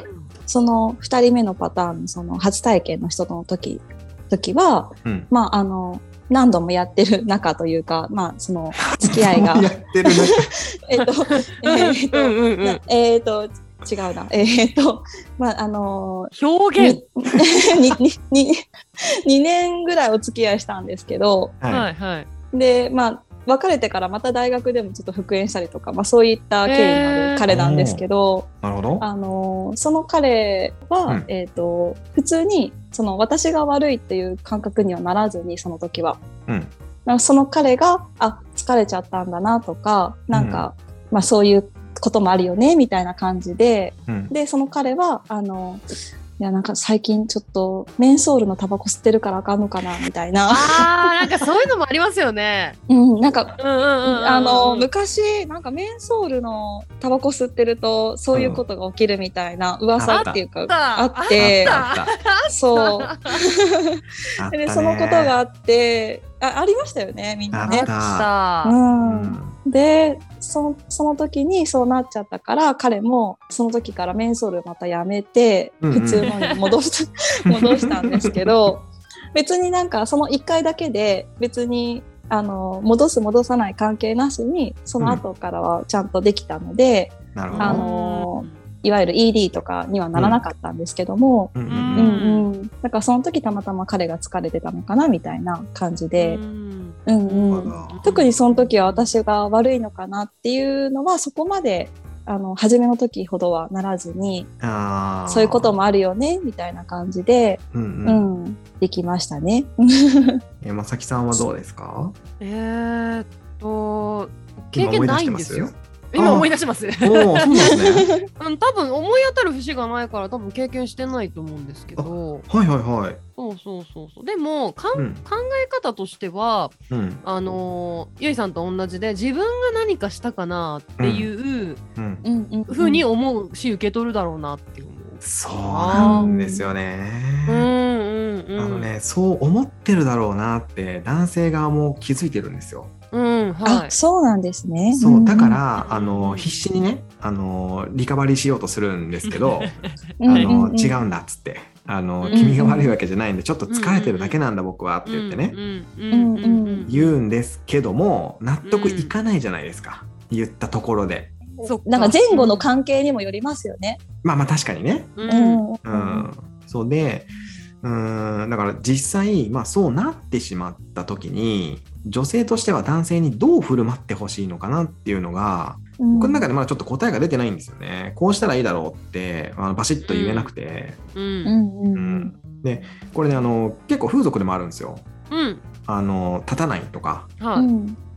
そのふたりめのパターンのその初体験の人との時時は、うん、まああの何度もやってる仲というか、まあその付き合いがやってるえっとえっとえっと違うなえっとまああの表現ににににねんぐらいお付き合いしたんですけど、 はいはい、 でまあ別れてからまた大学でもちょっと復縁したりとか、まあ、そういった経緯のある彼なんですけど、 なるほど。 あのその彼は、うんえー、と普通にその私が悪いっていう感覚にはならずにその時は、うん、その彼があ疲れちゃったんだなとかなんか、うんまあ、そういうこともあるよねみたいな感じで、うん、でその彼はあのいやなんか最近ちょっとメンソールのタバコ吸ってるからあかんのかなみたいなあーなんかそういうのもありますよねうんなんかあの昔なんかメンソールのタバコ吸ってるとそういうことが起きるみたいな噂っていうか、うん、あってそうでそのことがあってあ, ありましたよねみんなねあった、 うんうん、でそ, その時にそうなっちゃったから彼もその時からメンソールまたやめて普通のに戻し、うんうん、戻したんですけど別になんかそのいっかいだけで別にあの戻す戻さない関係なしにその後からはちゃんとできたので、うん、あのいわゆる イーディー とかにはならなかったんですけども、うんうんうん、だからその時たまたま彼が疲れてたのかなみたいな感じで、うんうんうん、特にその時は私が悪いのかなっていうのはそこまであの初めの時ほどはならずにあそういうこともあるよねみたいな感じで、うんうんうん、できましたね。 えまさきさんはどうですか？ えーっと経験ないんですよ。今思い出します。おそうなんですね。 うん、多分思い当たる節がないから多分経験してないと思うんですけど。 はいはいはい。 そうそうそうそう。でもかん、うん、考え方としては、うん、あのゆいさんと同じで自分が何かしたかなっていうふうに思うし受け取るだろうなって思う。 そうなんですよね。うんうんうん。あのね、そう思ってるだろうなって男性側も気づいてるんですよ。 うんはい、あそうなんですね。 そうだから、うん、あの必死にねあのリカバリーしようとするんですけどあの、うん、違うんだっつってあの、うん、君が悪いわけじゃないんでちょっと疲れてるだけなんだ、うん、僕はって言ってね、うんうん、言うんですけども納得いかないじゃないですか、うん、言ったところで。 そなんか前後の関係にもよりますよね。 まあまあ確かにね、うんうん、そうでうーんだから実際、まあ、そうなってしまった時に女性としては男性にどう振る舞ってほしいのかなっていうのが、うん、僕の中でまだちょっと答えが出てないんですよね。こうしたらいいだろうってあのバシッと言えなくて、うんうんうん、でこれねあの結構風俗でもあるんですよ、うん、あの立たないとか、はい、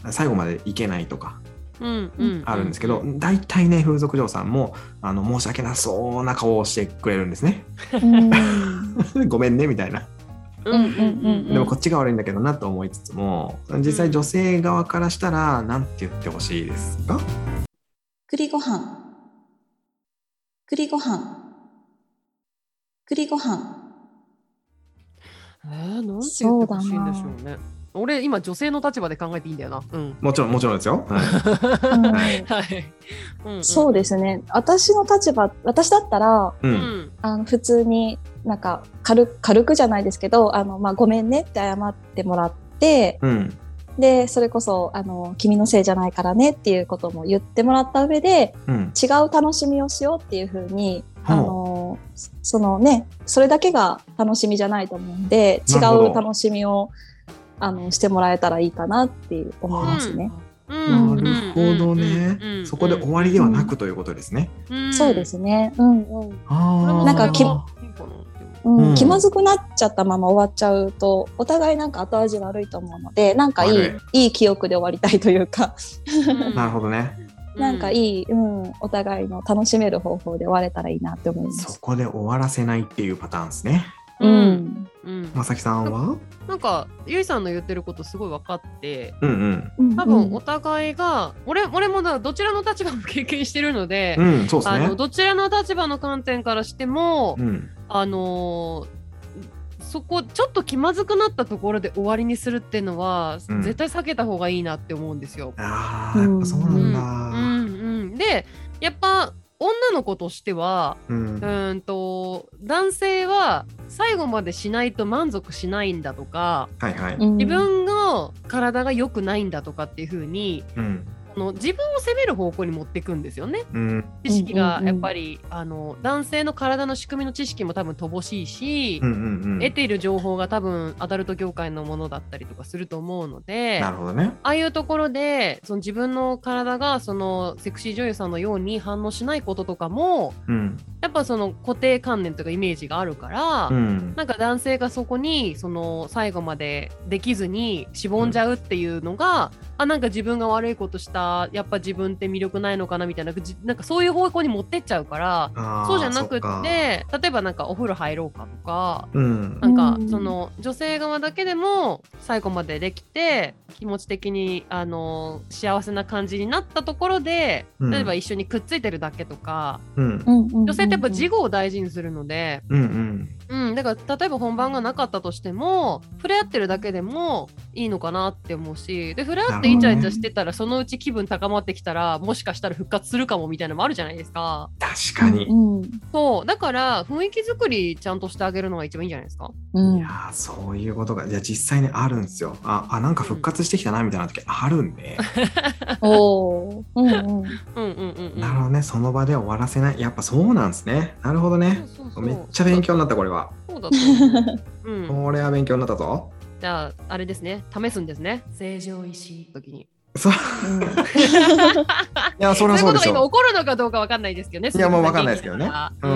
最後までいけないとかうんうん、あるんですけど、大体ね風俗嬢さんもあの申し訳なそうな顔をしてくれるんですね。ごめんねみたいな、うんうんうん、でもこっちが悪いんだけどなと思いつつも実際女性側からしたらなんて言ってほしいですか？ 栗ごはん栗ごはん栗ごはんえー、なんて言ってほしいんでしょうね。俺今女性の立場で考えていいんだよな、うん、 もちろんもちろんですよ、はいはいうんうん、そうですね。私の立場私だったら、うん、あの普通になんか 軽, 軽くじゃないですけどあの、まあ、ごめんねって謝ってもらって、うん、でそれこそあの君のせいじゃないからねっていうことも言ってもらった上で、うん、違う楽しみをしようっていう風にあのそのねそれだけが楽しみじゃないと思うんで違う楽しみをあのしてもらえたらいいかなって思いますね。 うん、なるほどね、うん、そこで終わりではなくということですね。 うん、そうですね。うんうん。あなんかき、うん、気まずくなっちゃったまま終わっちゃうとお互いなんか後味悪いと思うのでなんかいいいい記憶で終わりたいというか。 なるほどね。 なんかいい、うん、お互いの楽しめる方法で終われたらいいなって思います。 そこで終わらせないっていうパターンですね。 うんうん、 まさきさんはなんかゆいさんの言ってることすごい分かって、うんうん、多分お互いが俺、俺もどちらの立場も経験してるので、うんそうですね、あのどちらの立場の観点からしても、うん、あのー、そこちょっと気まずくなったところで終わりにするっていうのは、うん、絶対避けた方がいいなって思うんですよ。 あーやっぱそうなんだ、 うんうんうん、でやっぱ女の子としては、うん、うんと男性は最後までしないと満足しないんだとか、はいはい、自分の体が良くないんだとかっていう風に、うん、あの自分を責める方向に持っていくんですよね、うん、知識がやっぱり、うんうんうん、あの男性の体の仕組みの知識も多分乏しいし、うんうんうん、得ている情報が多分アダルト業界のものだったりとかすると思うので、 なるほどね、 ああいうところでその自分の体がそのセクシー女優さんのように反応しないこととかも、うん、やっぱその固定観念とかイメージがあるから、うん、なんか男性がそこにその最後までできずにしぼんじゃうっていうのが、うん、あ、なんか自分が悪いことした、やっぱ自分って魅力ないのかなみたいな、なんかそういう方向に持ってっちゃうから、そうじゃなくって例えばなんかお風呂入ろうかとか、うん、なんかその女性側だけでも最後までできて気持ち的にあの幸せな感じになったところで、例えば一緒にくっついてるだけとか、うん、女性ってやっぱ自我を大事にするので、うんうんうん、だから例えば本番がなかったとしても触れ合ってるだけでもいいのかなって思うし、で触れ合ってイチャイチャしてたら、そのうち気分高まってきたらもしかしたら復活するかもみたいなのもあるじゃないですか。 確かに、 うん、そうだから雰囲気作りちゃんとしてあげるのが一番いいんじゃないですか、 うん、いやそういうことがいや実際にあるんですよ。ああなんか復活してきたなみたいな時あるんで、 うん、おうんうんうんうんうん、なるほどね、その場で終わらせない、やっぱそうなんですね。なるほどね、そうそうそう、めっちゃ勉強になった。これはそうだと思う、うん、これは勉強になったぞ。 じゃああれですね、試すんですね、正常医師時に。 そう、うん、いやそれはそうでしょう。そういうことが今起こるのかどうかわかんないですけどね。 いやもうわかんないですけどね、うん、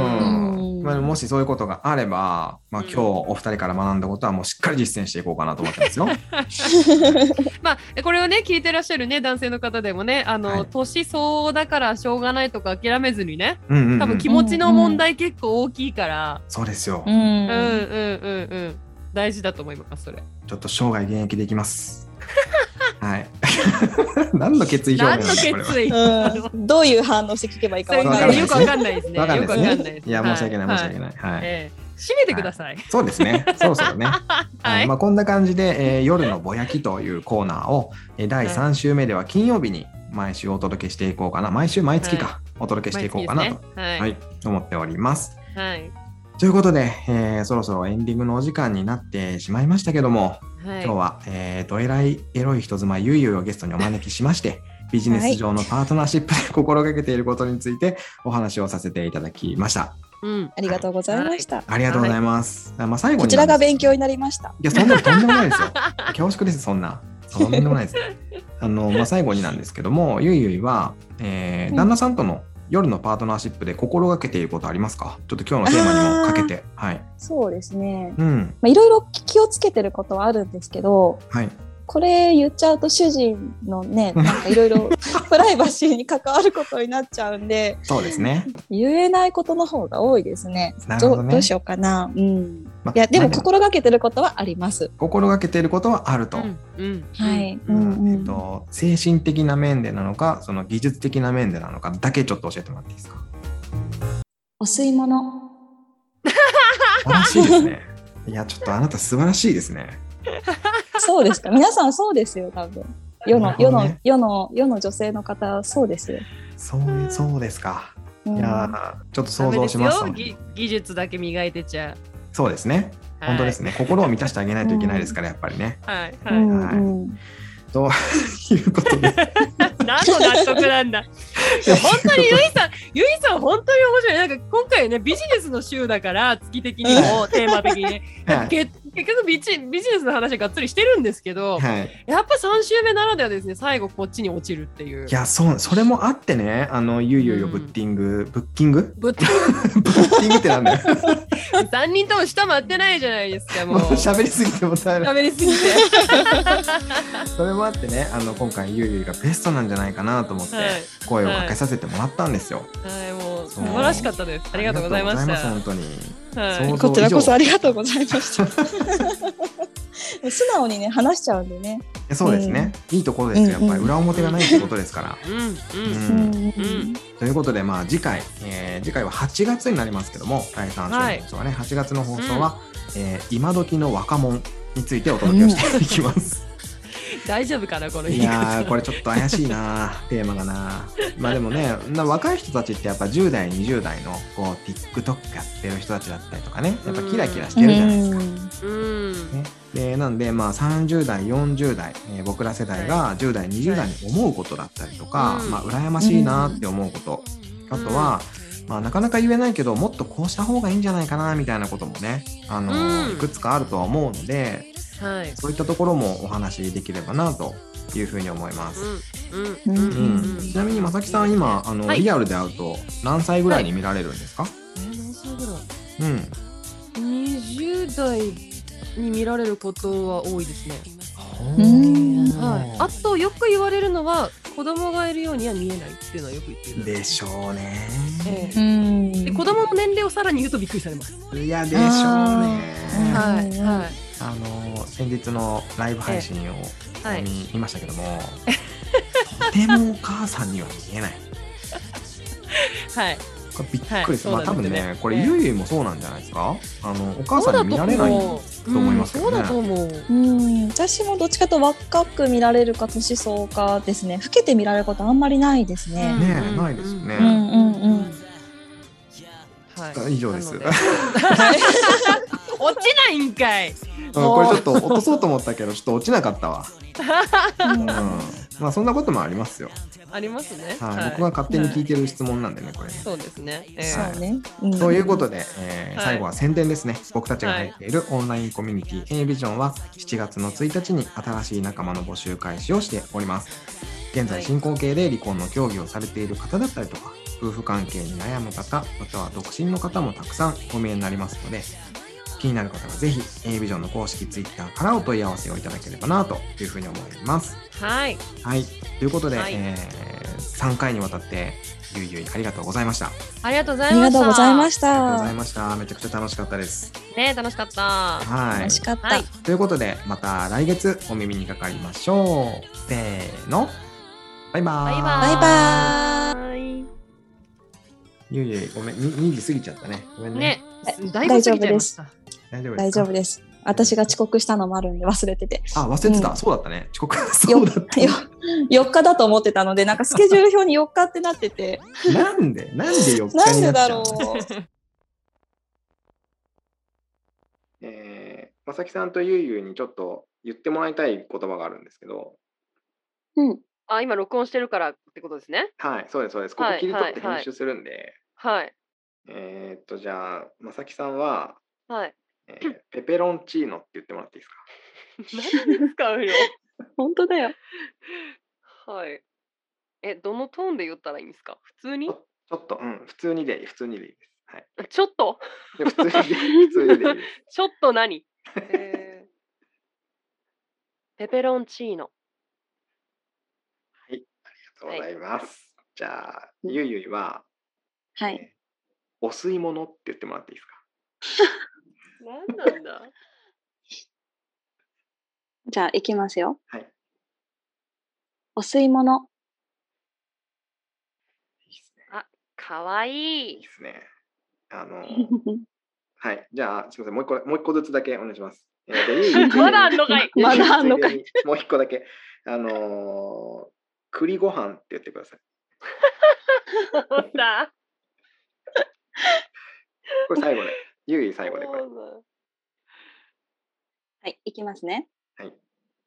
まあ、もしそういうことがあれば、まあ、今日お二人から学んだことはもうしっかり実践していこうかなと思ってますよ。 まあこれをね聞いてらっしゃるね男性の方でもね、あの、はい、年相応だからしょうがないとか諦めずにね、うんうんうん、多分気持ちの問題結構大きいから、うんうん、 そうですよ、 うんうんうんうんうん大事だと思います。それちょっと生涯現役でいきますはい何の決意表明何の決意、 うん、どういう反応して聞けばいいか分かんないですね。よくわかんないですね。よくわかんないです。 いや申し訳ない申し訳ない。はい。 えー、締めてください。はい、 そうですね。そろそろね。はい。まあこんな感じで、えー、夜のぼやきというコーナーを、えー、だいさん週目では金曜日に毎週お届けしていこうかな。毎週毎月か、はい、お届けしていこうかなと、ね、はい、はい、思っております。はい。ということで、えー、そろそろエンディングのお時間になってしまいましたけども、はい、今日は、えー、とえらいエロい人妻ゆいゆいをゲストにお招きしましてビジネス上のパートナーシップで心がけていることについてお話をさせていただきました。 うん、ありがとうございました。はい、 ありがとうございます。はい、まあ最後にこちらが勉強になりました。 いやそんなとんでもないですよ。恐縮です。そんなそんでもないです。あのまあ最後になんですけども、ゆいゆいは、えー、旦那さんとの、うん夜のパートナーシップで心がけていることありますか？ちょっと今日のテーマにもかけて。はい。 そうですね。うん。まあいろいろ気をつけてることはあるんですけど、はい。これ言っちゃうと主人のね、なんかいろいろプライバシーに関わることになっちゃうんで、 そうですね。 言えないことの方が多いですね。なるほどね。どうしようかな。うん。ま、いやでも心がけてることはあります。 心がけてることはあると。うんうん、はい。 うんうんえっと精神的な面でなのか、その技術的な面でなのかだけちょっと教えてもらっていいですか？ お吸い物。 素晴らしいですね。いやちょっとあなた素晴らしいですね。 そうですか。皆さんそうですよ多分。世の、ね、世の世の世の女性の方はそうですよ。 そうそうですか。いやちょっと想像します。 技術だけ磨いてちゃう。 そうですね。本当ですね。心を満たしてあげないといけないですから、やっぱりね。 はいはい、はい。 ということで何の納得なんだ。本当にゆいさん、ゆいさん本当に面白い。なんか今回ねビジネスの週だから月的にもテーマ的に、ねはい、結局ビジビジネスの話がっつりしてるんですけど、はい、やっぱさん週目ならではですね最後こっちに落ちるっていう。 いやそうそれもあってね、あのゆいゆいをブッティング、うん、ブッキングブッティングブッティングってなんだよ。 さんにんとも下回ってないじゃないですか。もう喋りすぎてもさ喋りすぎてそれもあってね、あの今回ゆいゆいがベストなんじゃないかなと思って声をかけさせてもらったんですよ。 はい、はい、もう素晴らしかったです。ありがとうございました。 本当に、 はい、こちらこそありがとうございました。素直にね話しちゃうんでね。 そうですね、うん、いいところですよ。やっぱり裏表がないってことですから。ということで、まあ、次回、えー、次回ははちがつになりますけども、だいさん週の放送はね、はい、はちがつの放送は、うんえー、今時の若者についてお届けをしていきます。 ぜ大丈夫かなこのいやーこれちょっと怪しいなテーマがな。まあでもね、若い人たちってやっぱじゅう代にじゅう代のこう TikTok やってる人たちだったりとかね、やっぱキラキラしてるじゃないですか。 うん、 ね、でなんでまあさんじゅう代よんじゅう代、えー、僕ら世代がじゅう代にじゅう代に思うことだったりとか、はい、まあ羨ましいなって思うこと、うん、あとは、まあ、なかなか言えないけどもっとこうした方がいいんじゃないかなみたいなこともね、あのーうん、いくつかあるとは思うので、はい、そういったところもお話しできればなというふうに思います。うんうんうんうん、ちなみにまさきさん今あの、はい、リアルで会うと何歳ぐらいに見られるんですか？はい、 えー、何歳ぐらい？うん、にじゅう代に見られることは多いですね。はい、あとよく言われるのは子供がいるようには見えないっていうのはよく言ってるでしょうね、 えー、で子供の年齢をさらに言うとびっくりされます。 いやでしょうね。 はいはい、 あの先日のライブ配信を見、見ましたけども、とてもお母さんには見えない。はい。これびっくりです。はい、まあ多分ね、これゆいゆいもそうなんじゃないですか。あのお母さんに見られないと思いますけどね。 そうだと思う。うん、私もどっちかと若く見られるか年相かですね。老けて見られることあんまりないですね。 ねえ、ないですよね。 うんうんうん。 はい、以上です。 落ちないんかい。 これちょっと落とそうと思ったけどちょっと落ちなかったわ。うん、まあそんなこともありますよ。 ありますね。 はいはい、僕が勝手に聞いてる質問なんでね、これね。 そうですね。 えー、そうね。 うん、ということで、えー、最後は宣伝ですね。はい、僕たちが入っているオンラインコミュニティ A ビジョンはしちがつのついたちに新しい仲間の募集開始をしております。現在進行形で離婚の協議をされている方だったりとか、夫婦関係に悩む方、または独身の方もたくさんお見えになりますので、気になる方はぜひ A ビジョンの公式ツイッターからお問い合わせをいただければなというふうに思います。 はい。 はい。ということで、はい、えー、さんかいにわたってゆいゆいありがとうございました。 ありがとうございました。 ありがとうございました。 ありがとうございました。めちゃくちゃ楽しかったです。 ね、楽しかった。 はい。 楽しかった。 はい、 ということで、また来月お耳にかかりましょう。せーの。バイバーイ。 バイバーイ。 ゆいゆい、ごめん、にじ過ぎちゃったね。ごめんね。 ね、大丈夫です。 大丈夫です。 大丈夫です。私が遅刻したのもあるんで忘れてて。 あ、忘れてた。うん、そうだったね。遅刻。そうだった、ね。 よっかだと思ってたので、なんかスケジュール表によっかってなってて。 なんでなんでよっかになっちゃうの？ なんでだろう。 えー、まさきさんとゆいゆいにちょっと言ってもらいたい言葉があるんですけど。 うん。 あ、今録音してるからってことですね。 はい、そうです、そうです。ここ切り取って編集するんで。 はい。はい、 えー、っと、じゃあ、まさきさんは、 はい。 えー、ペペロンチーノって言ってもらっていいですか？何に使うよ。 本当だよ。 はい。え、どのトーンで言ったらいいんですか？普通に？ちょっと、うん、普通にでいい、普通にでいいです。はい。 ちょっと普通にでいい、普通にでいいです。 ちょっと何？えー、ペペロンチーノ。 はい、ありがとうございます。はい、じゃあ、ゆいゆいは、 はい、 えー、お吸い物って言ってもらっていいですか？ 何なんだ。 じゃあ、いきますよ。 はい。 お吸い物。 いいですね。 あ、かわいい。 いいですね。あの、はい。じゃあ、すみません。もう一個、もう一個ずつだけお願いします。えー、まだあんのかい。 まだあんのかい。 もう一個だけ。あのー、栗ご飯って言ってください。これ最後で。ゆい最後でこれ。 はい、いきますね。 はい。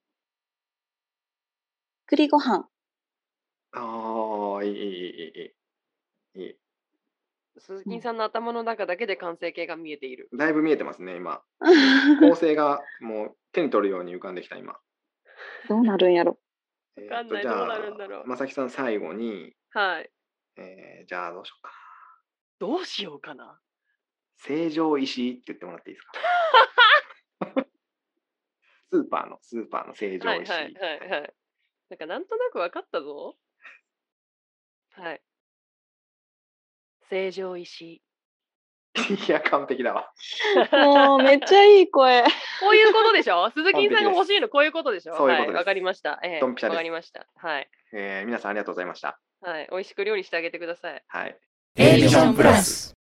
栗ご飯。 ああ、いい、いい、いい、いい。 鈴木さんの頭の中だけで完成形が見えている。 だいぶ見えてますね、今。構成がもう手に取るように浮かんできた、今。 どうなるんやろ。 えー、とじゃあ、 まさきさん最後に、 はい。 えー、じゃあどうしようかな。 どうしようかな。 成城石井って言ってもらっていいですか？スーパーの、スーパーの成城石井。 はいはいはいはい。なんかなんとなく分かったぞ。はい。成城石井。 いや、完璧だわ。 もうめっちゃいい声。 こういうことでしょ？鈴木さんが欲しいのこういうことでしょ？ そういうことです。 はい、わかりました。えー、 ドンピシャです。 わかりました。はい。 えー、皆さんありがとうございました。 はい、美味しく料理してあげてください。 はい。 Aビジョンプラス。